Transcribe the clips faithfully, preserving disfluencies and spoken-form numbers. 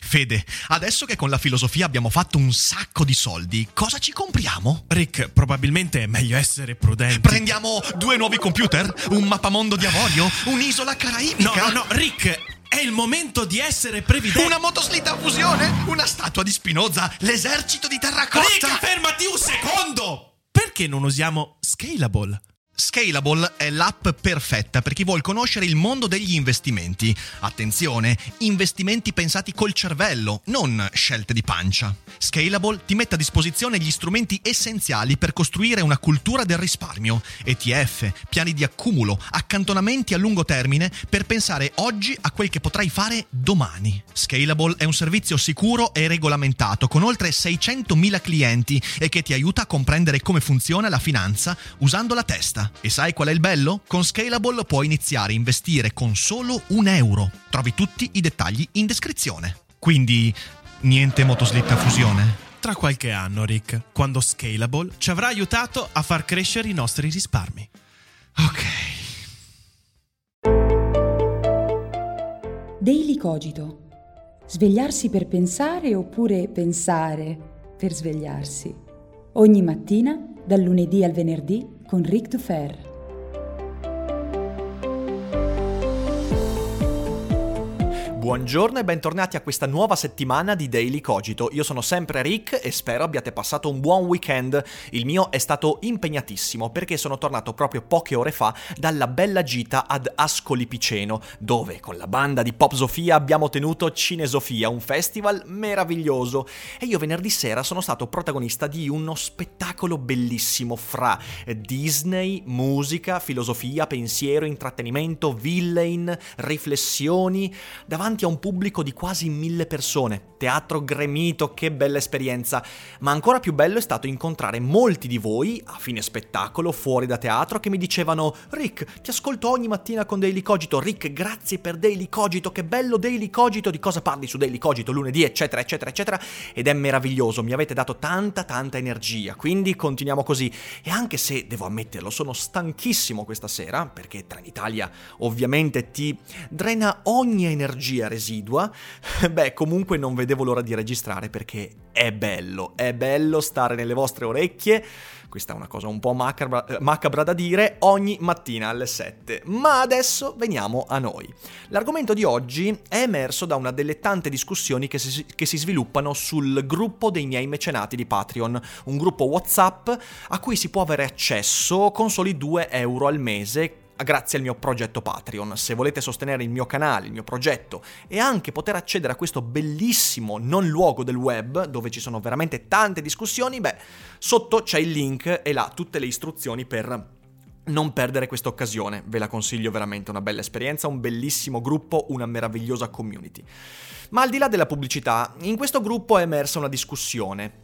Fede, adesso che con la filosofia abbiamo fatto un sacco di soldi, cosa ci compriamo? Rick, probabilmente è meglio essere prudenti. Prendiamo due nuovi computer? Un mappamondo di avorio? Un'isola caraibica? No, no, no, Rick, è il momento di essere previdenti. Una motoslitta a fusione? Una statua di Spinoza? L'esercito di terracotta? Rick, fermati un secondo! Perché non usiamo Scalable? Scalable è l'app perfetta per chi vuol conoscere il mondo degli investimenti. Attenzione, investimenti pensati col cervello, non scelte di pancia. Scalable ti mette a disposizione gli strumenti essenziali per costruire una cultura del risparmio, E T F, piani di accumulo, accantonamenti a lungo termine per pensare oggi a quel che potrai fare domani. Scalable è un servizio sicuro e regolamentato con oltre seicentomila clienti e che ti aiuta a comprendere come funziona la finanza usando la testa. E sai qual è il bello? Con Scalable puoi iniziare a investire con solo un euro. Trovi tutti i dettagli in descrizione. Quindi, niente motoslitta a fusione? Tra qualche anno, Rick, quando Scalable ci avrà aiutato a far crescere i nostri risparmi. Ok. Daily Cogito. Svegliarsi per pensare oppure pensare per svegliarsi. Ogni mattina, dal lunedì al venerdì, con Rick Dufer. Buongiorno e bentornati a questa nuova settimana di Daily Cogito. Io sono sempre Rick e spero abbiate passato un buon weekend. Il mio è stato impegnatissimo perché sono tornato proprio poche ore fa dalla bella gita ad Ascoli Piceno, dove con la banda di Pop Sofia abbiamo tenuto Cinesofia, un festival meraviglioso. E io venerdì sera sono stato protagonista di uno spettacolo bellissimo fra Disney, musica, filosofia, pensiero, intrattenimento, villain, riflessioni, davanti a un pubblico di quasi mille persone. Teatro gremito, che bella esperienza. Ma ancora più bello è stato incontrare molti di voi a fine spettacolo, fuori da teatro, che mi dicevano: Rick, ti ascolto ogni mattina con Daily Cogito. Rick, grazie per Daily Cogito, che bello Daily Cogito, di cosa parli su Daily Cogito lunedì, eccetera, eccetera, eccetera. Ed è meraviglioso, mi avete dato tanta, tanta energia, quindi continuiamo così. E anche se, devo ammetterlo, sono stanchissimo questa sera, perché Trenitalia ovviamente ti drena ogni energia residua, beh, comunque non vedevo l'ora di registrare perché è bello, è bello stare nelle vostre orecchie. Questa è una cosa un po' macabra, eh, macabra da dire, ogni mattina alle sette. Ma adesso veniamo a noi. L'argomento di oggi è emerso da una delle tante discussioni che si, che si sviluppano sul gruppo dei miei mecenati di Patreon, un gruppo WhatsApp a cui si può avere accesso con soli due euro al mese, grazie al mio progetto Patreon. Se volete sostenere il mio canale, il mio progetto e anche poter accedere a questo bellissimo non luogo del web dove ci sono veramente tante discussioni, beh, sotto c'è il link e là tutte le istruzioni per non perdere questa occasione. Ve la consiglio, veramente una bella esperienza, un bellissimo gruppo, una meravigliosa community. Ma al di là della pubblicità, in questo gruppo è emersa una discussione.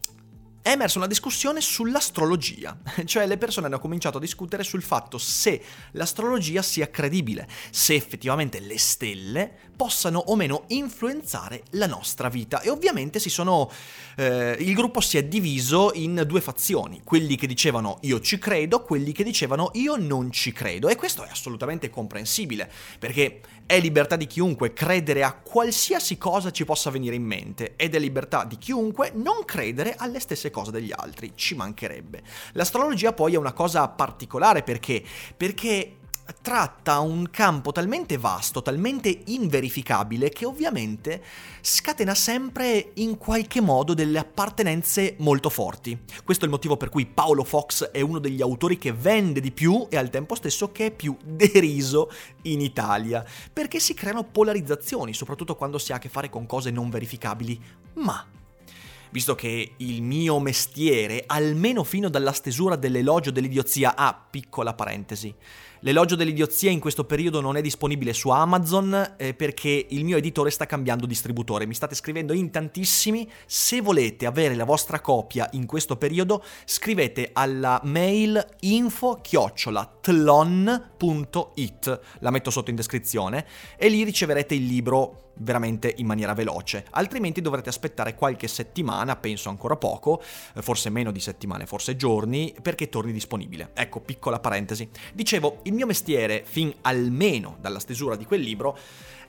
È emersa una discussione sull'astrologia, cioè le persone hanno cominciato a discutere sul fatto se l'astrologia sia credibile, se effettivamente le stelle possano o meno influenzare la nostra vita. E ovviamente si sono eh, il gruppo si è diviso in due fazioni, quelli che dicevano io ci credo, quelli che dicevano io non ci credo. E questo è assolutamente comprensibile, perché è libertà di chiunque credere a qualsiasi cosa ci possa venire in mente, ed è libertà di chiunque non credere alle stesse cose degli altri, ci mancherebbe. L'astrologia poi è una cosa particolare perché perché tratta un campo talmente vasto, talmente inverificabile, che ovviamente scatena sempre in qualche modo delle appartenenze molto forti. Questo è il motivo per cui Paolo Fox è uno degli autori che vende di più e al tempo stesso che è più deriso in Italia, perché si creano polarizzazioni, soprattutto quando si ha a che fare con cose non verificabili. Ma visto che il mio mestiere, almeno fino dalla stesura dell'Elogio dell'idiozia, ah, piccola parentesi, l'Elogio dell'idiozia in questo periodo non è disponibile su Amazon eh, perché il mio editore sta cambiando distributore. Mi state scrivendo in tantissimi. Se volete avere la vostra copia in questo periodo, scrivete alla mail info chiocciola tlon punto it, la metto sotto in descrizione, e lì riceverete il libro veramente in maniera veloce. Altrimenti dovrete aspettare qualche settimana, penso ancora poco, forse meno di settimane, forse giorni, perché torni disponibile. Ecco, piccola parentesi. Dicevo, il mio mestiere, fin almeno dalla stesura di quel libro,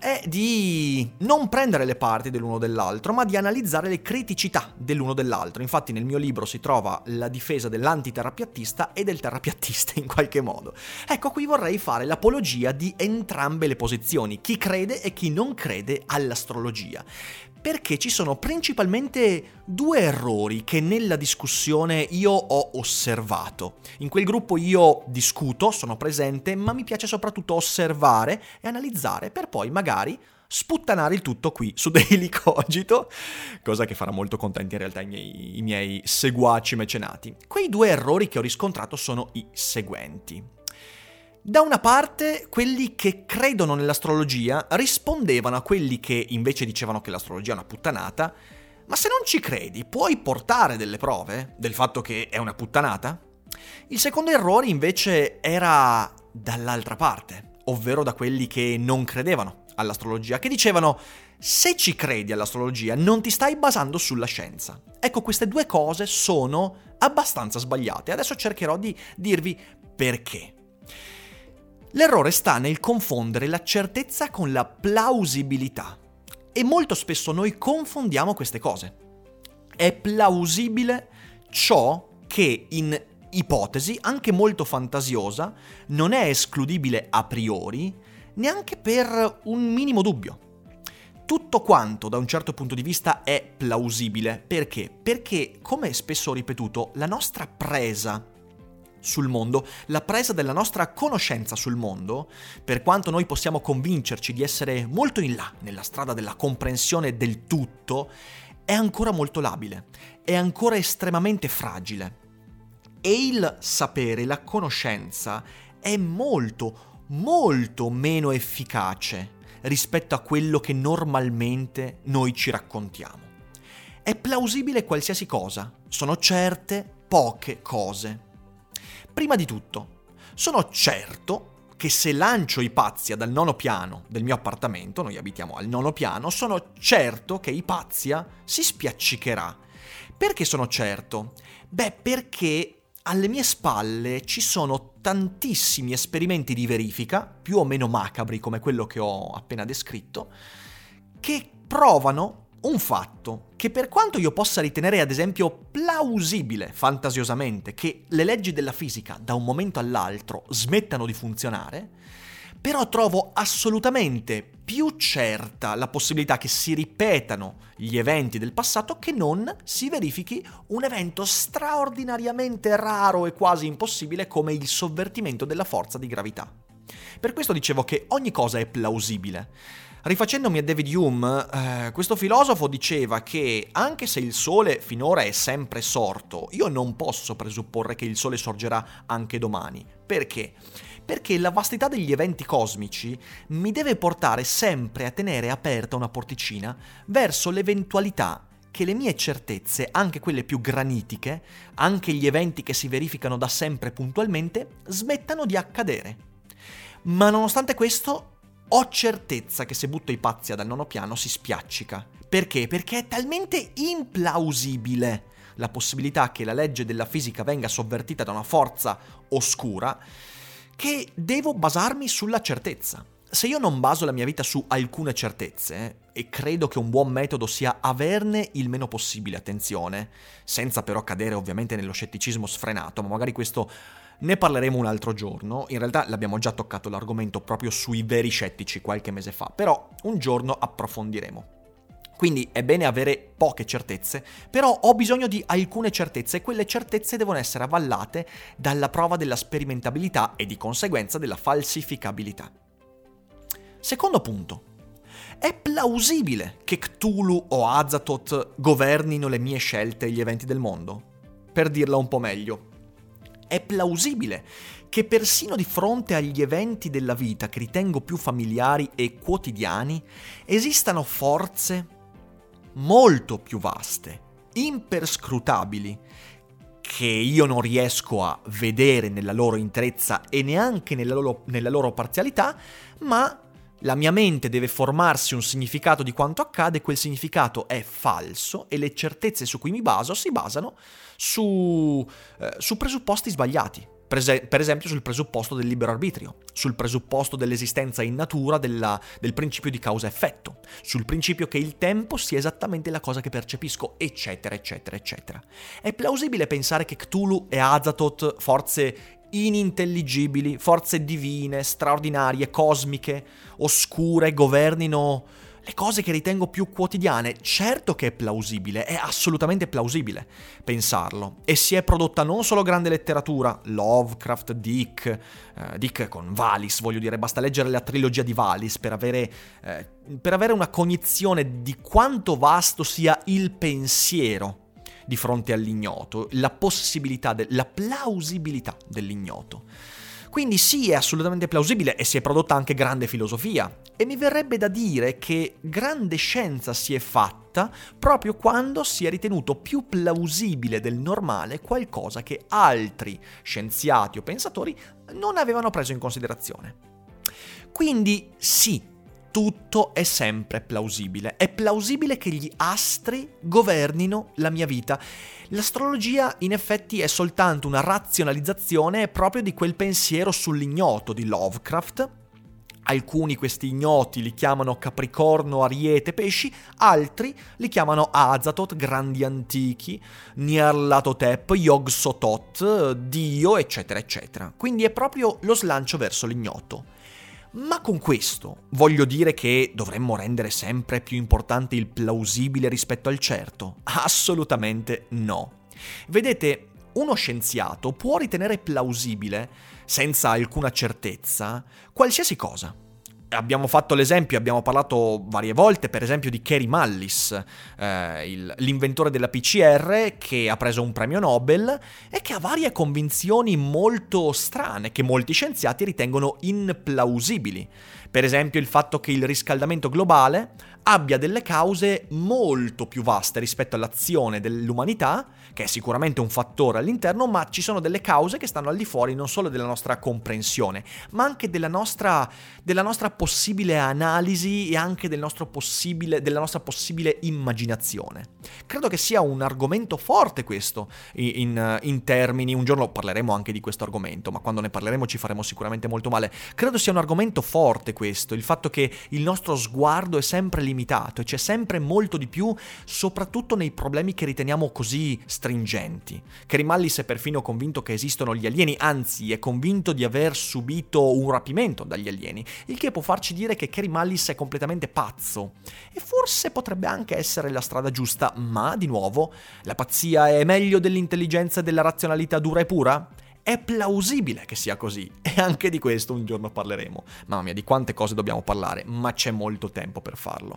è di non prendere le parti dell'uno dell'altro, ma di analizzare le criticità dell'uno dell'altro. Infatti nel mio libro si trova la difesa dell'antiterrapiattista e del terrapiattista in qualche modo. Ecco, qui vorrei fare l'apologia di entrambe le posizioni, chi crede e chi non crede all'astrologia. Perché ci sono principalmente due errori che nella discussione io ho osservato. In quel gruppo io discuto, sono presente, ma mi piace soprattutto osservare e analizzare per poi magari sputtanare il tutto qui su Daily Cogito, cosa che farà molto contenti in realtà i miei, i miei seguaci mecenati. Quei due errori che ho riscontrato sono i seguenti. Da una parte, quelli che credono nell'astrologia rispondevano a quelli che invece dicevano che l'astrologia è una puttanata, ma se non ci credi, puoi portare delle prove del fatto che è una puttanata? Il secondo errore invece era dall'altra parte, ovvero da quelli che non credevano all'astrologia, che dicevano: se ci credi all'astrologia non ti stai basando sulla scienza. Ecco, queste due cose sono abbastanza sbagliate. Adesso cercherò di dirvi perché. L'errore sta nel confondere la certezza con la plausibilità. E molto spesso noi confondiamo queste cose. È plausibile ciò che in ipotesi, anche molto fantasiosa, non è escludibile a priori, neanche per un minimo dubbio. Tutto quanto da un certo punto di vista è plausibile. Perché? Perché, come spesso ho ripetuto, la nostra presa sul mondo, la presa della nostra conoscenza sul mondo, per quanto noi possiamo convincerci di essere molto in là nella strada della comprensione del tutto, è ancora molto labile, è ancora estremamente fragile. E il sapere, la conoscenza, è molto, molto meno efficace rispetto a quello che normalmente noi ci raccontiamo. È plausibile qualsiasi cosa, sono certe poche cose. Prima di tutto, sono certo che se lancio Ipazia dal nono piano del mio appartamento, noi abitiamo al nono piano, sono certo che Ipazia si spiaccicherà. Perché sono certo? Beh, perché alle mie spalle ci sono tantissimi esperimenti di verifica, più o meno macabri come quello che ho appena descritto, che provano un fatto che, per quanto io possa ritenere ad esempio plausibile fantasiosamente che le leggi della fisica da un momento all'altro smettano di funzionare, però trovo assolutamente più certa la possibilità che si ripetano gli eventi del passato che non si verifichi un evento straordinariamente raro e quasi impossibile come il sovvertimento della forza di gravità. Per questo dicevo che ogni cosa è plausibile. Rifacendomi a David Hume, eh, questo filosofo diceva che anche se il Sole finora è sempre sorto, io non posso presupporre che il Sole sorgerà anche domani. Perché? Perché la vastità degli eventi cosmici mi deve portare sempre a tenere aperta una porticina verso l'eventualità che le mie certezze, anche quelle più granitiche, anche gli eventi che si verificano da sempre puntualmente, smettano di accadere. Ma nonostante questo, ho certezza che se butto Ipazia dal nono piano si spiaccica. Perché? Perché è talmente implausibile la possibilità che la legge della fisica venga sovvertita da una forza oscura che devo basarmi sulla certezza. Se io non baso la mia vita su alcune certezze, e credo che un buon metodo sia averne il meno possibile, attenzione, senza però cadere ovviamente nello scetticismo sfrenato, ma magari questo ne parleremo un altro giorno. In realtà l'abbiamo già toccato l'argomento proprio sui veri scettici qualche mese fa, però un giorno approfondiremo. Quindi è bene avere poche certezze, però ho bisogno di alcune certezze e quelle certezze devono essere avvallate dalla prova della sperimentabilità e di conseguenza della falsificabilità. Secondo punto. È plausibile che Cthulhu o Azathoth governino le mie scelte e gli eventi del mondo? Per dirla un po' meglio, è plausibile che persino di fronte agli eventi della vita che ritengo più familiari e quotidiani esistano forze molto più vaste, imperscrutabili, che io non riesco a vedere nella loro interezza e neanche nella loro, nella loro parzialità, ma la mia mente deve formarsi un significato di quanto accade, quel significato è falso e le certezze su cui mi baso si basano su, eh, su presupposti sbagliati. per, es- per esempio sul presupposto del libero arbitrio, sul presupposto dell'esistenza in natura della, del principio di causa-effetto, sul principio che il tempo sia esattamente la cosa che percepisco, eccetera, eccetera, eccetera. È plausibile pensare che Cthulhu e Azathoth, forze inintelligibili, forze divine, straordinarie, cosmiche, oscure, governino le cose che ritengo più quotidiane? Certo che è plausibile, è assolutamente plausibile pensarlo. E si è prodotta non solo grande letteratura, Lovecraft, Dick, eh, Dick con Valis, voglio dire, basta leggere la trilogia di Valis per avere, eh, per avere una cognizione di quanto vasto sia il pensiero di fronte all'ignoto, la possibilità, de- la plausibilità dell'ignoto. Quindi sì, è assolutamente plausibile e si è prodotta anche grande filosofia. E mi verrebbe da dire che grande scienza si è fatta proprio quando si è ritenuto più plausibile del normale qualcosa che altri scienziati o pensatori non avevano preso in considerazione. Quindi sì, tutto è sempre plausibile. È plausibile che gli astri governino la mia vita. L'astrologia in effetti è soltanto una razionalizzazione proprio di quel pensiero sull'ignoto di Lovecraft. Alcuni questi ignoti li chiamano Capricorno, Ariete, Pesci, altri li chiamano Azathoth, grandi antichi, Nyarlathotep, Yog-Sothoth, Dio, eccetera, eccetera. Quindi è proprio lo slancio verso l'ignoto. Ma con questo voglio dire che dovremmo rendere sempre più importante il plausibile rispetto al certo? Assolutamente no. Vedete, uno scienziato può ritenere plausibile, senza alcuna certezza, qualsiasi cosa. Abbiamo fatto l'esempio, abbiamo parlato varie volte, per esempio, di Kary Mullis, eh, il, l'inventore della P C R, che ha preso un premio Nobel e che ha varie convinzioni molto strane, che molti scienziati ritengono implausibili. Per esempio il fatto che il riscaldamento globale abbia delle cause molto più vaste rispetto all'azione dell'umanità, che è sicuramente un fattore all'interno, ma ci sono delle cause che stanno al di fuori non solo della nostra comprensione, ma anche della nostra, della nostra possibile analisi e anche del nostro possibile, della nostra possibile immaginazione. Credo che sia un argomento forte questo, in, in, in termini, un giorno parleremo anche di questo argomento, ma quando ne parleremo ci faremo sicuramente molto male. Credo sia un argomento forte questo, il fatto che il nostro sguardo è sempre limitato e c'è sempre molto di più, soprattutto nei problemi che riteniamo così stringenti. Kary Mullis è perfino convinto che esistono gli alieni, anzi è convinto di aver subito un rapimento dagli alieni, il che può farci dire che Kary Mullis è completamente pazzo. E forse potrebbe anche essere la strada giusta, ma di nuovo, la pazzia è meglio dell'intelligenza e della razionalità dura e pura? È plausibile che sia così, e anche di questo un giorno parleremo. Mamma mia, di quante cose dobbiamo parlare, ma c'è molto tempo per farlo.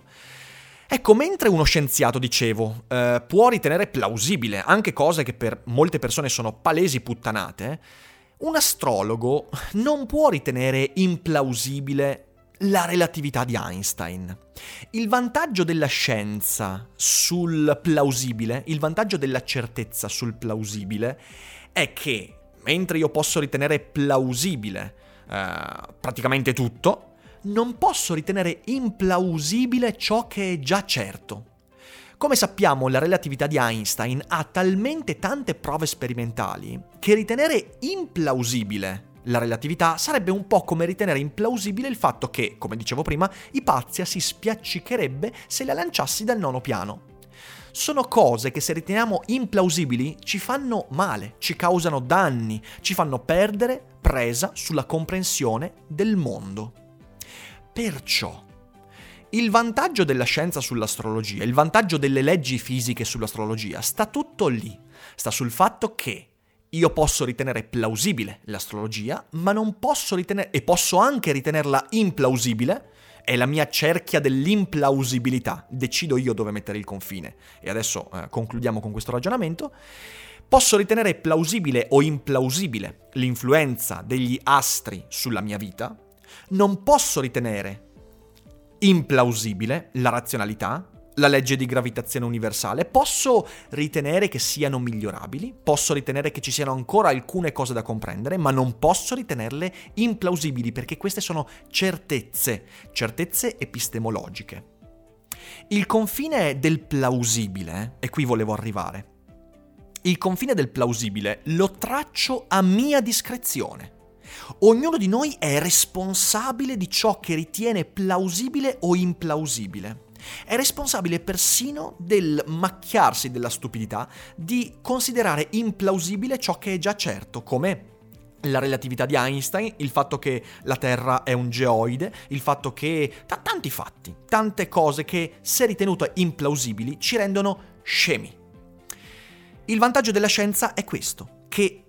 Ecco, mentre uno scienziato, dicevo, eh, può ritenere plausibile anche cose che per molte persone sono palesi puttanate, un astrologo non può ritenere implausibile la relatività di Einstein. Il vantaggio della scienza sul plausibile, il vantaggio della certezza sul plausibile, è che mentre io posso ritenere plausibile eh, praticamente tutto, non posso ritenere implausibile ciò che è già certo. Come sappiamo, la relatività di Einstein ha talmente tante prove sperimentali che ritenere implausibile la relatività sarebbe un po' come ritenere implausibile il fatto che, come dicevo prima, Ipazia si spiaccicherebbe se la lanciassi dal nono piano. Sono cose che, se riteniamo implausibili, ci fanno male, ci causano danni, ci fanno perdere presa sulla comprensione del mondo. Perciò, il vantaggio della scienza sull'astrologia, il vantaggio delle leggi fisiche sull'astrologia, sta tutto lì. Sta sul fatto che io posso ritenere plausibile l'astrologia, ma non posso ritenere, e posso anche ritenerla implausibile. È la mia cerchia dell'implausibilità, decido io dove mettere il confine. E adesso eh, concludiamo con questo ragionamento. Posso ritenere plausibile o implausibile l'influenza degli astri sulla mia vita, non posso ritenere implausibile la razionalità, la legge di gravitazione universale, posso ritenere che siano migliorabili, posso ritenere che ci siano ancora alcune cose da comprendere, ma non posso ritenerle implausibili, perché queste sono certezze, certezze epistemologiche. Il confine del plausibile, e qui volevo arrivare, Il confine del plausibile lo traccio a mia discrezione. Ognuno di noi è responsabile di ciò che ritiene plausibile o implausibile. È responsabile persino del macchiarsi della stupidità di considerare implausibile ciò che è già certo, come la relatività di Einstein, il fatto che la Terra è un geoide, il fatto che... T- tanti fatti, tante cose che, se ritenute implausibili, ci rendono scemi. Il vantaggio della scienza è questo, che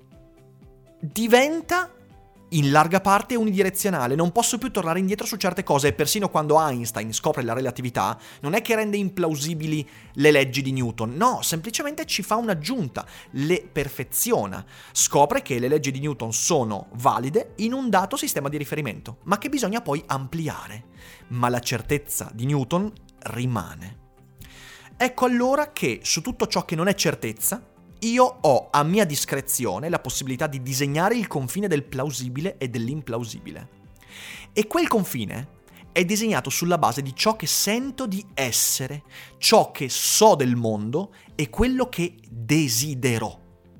diventa in larga parte unidirezionale, non posso più tornare indietro su certe cose, e persino quando Einstein scopre la relatività non è che rende implausibili le leggi di Newton, no, semplicemente ci fa un'aggiunta, le perfeziona, scopre che le leggi di Newton sono valide in un dato sistema di riferimento, ma che bisogna poi ampliare, ma la certezza di Newton rimane. Ecco allora che su tutto ciò che non è certezza, io ho a mia discrezione la possibilità di disegnare il confine del plausibile e dell'implausibile. E quel confine è disegnato sulla base di ciò che sento di essere, ciò che so del mondo e quello che desidero.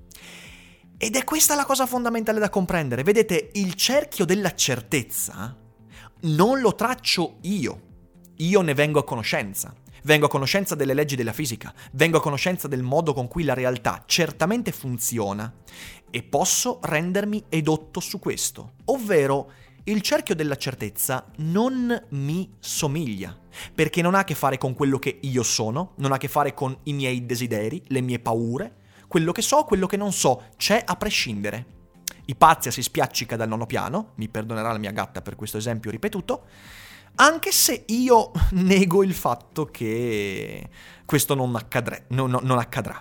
Ed è questa la cosa fondamentale da comprendere. Vedete, il cerchio della certezza non lo traccio io, io ne vengo a conoscenza. Vengo a conoscenza delle leggi della fisica, vengo a conoscenza del modo con cui la realtà certamente funziona e posso rendermi edotto su questo. Ovvero, il cerchio della certezza non mi somiglia, perché non ha a che fare con quello che io sono, non ha a che fare con i miei desideri, le mie paure, quello che so, quello che non so, c'è a prescindere. Ipazia si spiaccica dal nono piano, mi perdonerà la mia gatta per questo esempio ripetuto, anche se io nego il fatto che questo non, accadre, no, no, non accadrà.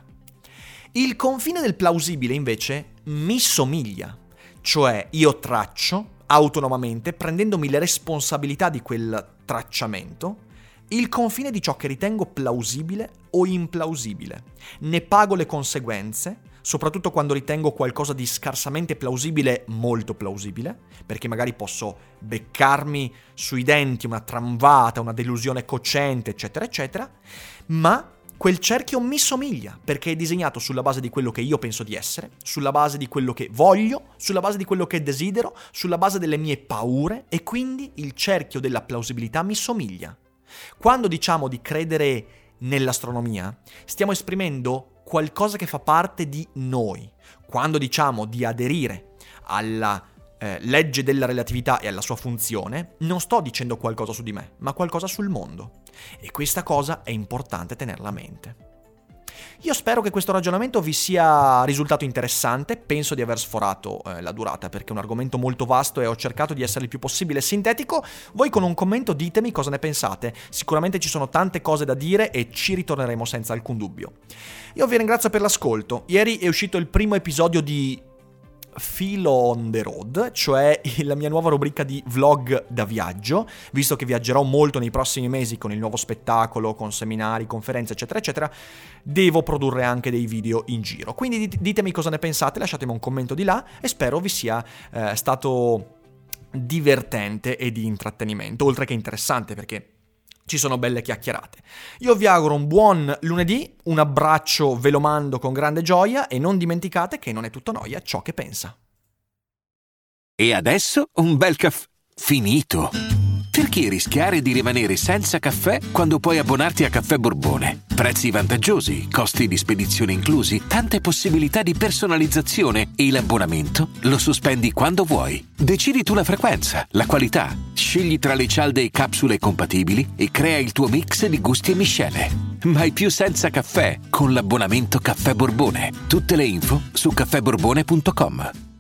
Il confine del plausibile invece mi somiglia, cioè io traccio autonomamente, prendendomi le responsabilità di quel tracciamento, il confine di ciò che ritengo plausibile o implausibile. Ne pago le conseguenze, soprattutto quando ritengo qualcosa di scarsamente plausibile molto plausibile, perché magari posso beccarmi sui denti una tramvata, una delusione cocente, eccetera, eccetera, ma quel cerchio mi somiglia, perché è disegnato sulla base di quello che io penso di essere, sulla base di quello che voglio, sulla base di quello che desidero, sulla base delle mie paure, e quindi il cerchio della plausibilità mi somiglia. Quando diciamo di credere nell'astronomia, stiamo esprimendo qualcosa che fa parte di noi. Quando diciamo di aderire alla eh, legge della relatività e alla sua funzione, non sto dicendo qualcosa su di me, ma qualcosa sul mondo. E questa cosa è importante tenerla a mente. Io spero che questo ragionamento vi sia risultato interessante, penso di aver sforato eh, la durata perché è un argomento molto vasto e ho cercato di essere il più possibile sintetico. Voi con un commento ditemi cosa ne pensate, sicuramente ci sono tante cose da dire e ci ritorneremo senza alcun dubbio. Io vi ringrazio per l'ascolto, ieri è uscito il primo episodio di Filo on the Road, cioè la mia nuova rubrica di vlog da viaggio, visto che viaggerò molto nei prossimi mesi con il nuovo spettacolo, con seminari, conferenze, eccetera, eccetera, devo produrre anche dei video in giro. Quindi ditemi cosa ne pensate, lasciatemi un commento di là e spero vi sia eh, stato divertente e di intrattenimento, oltre che interessante, perché ci sono belle chiacchierate. Io vi auguro un buon lunedì, un abbraccio ve lo mando con grande gioia e non dimenticate che non è tutto noia ciò che pensa. E adesso un bel caffè finito. Perché rischiare di rimanere senza caffè quando puoi abbonarti a Caffè Borbone? Prezzi vantaggiosi, costi di spedizione inclusi, tante possibilità di personalizzazione e l'abbonamento lo sospendi quando vuoi. Decidi tu la frequenza, la qualità, scegli tra le cialde e capsule compatibili e crea il tuo mix di gusti e miscele. Mai più senza caffè con l'abbonamento Caffè Borbone. Tutte le info su caffè borbone punto com.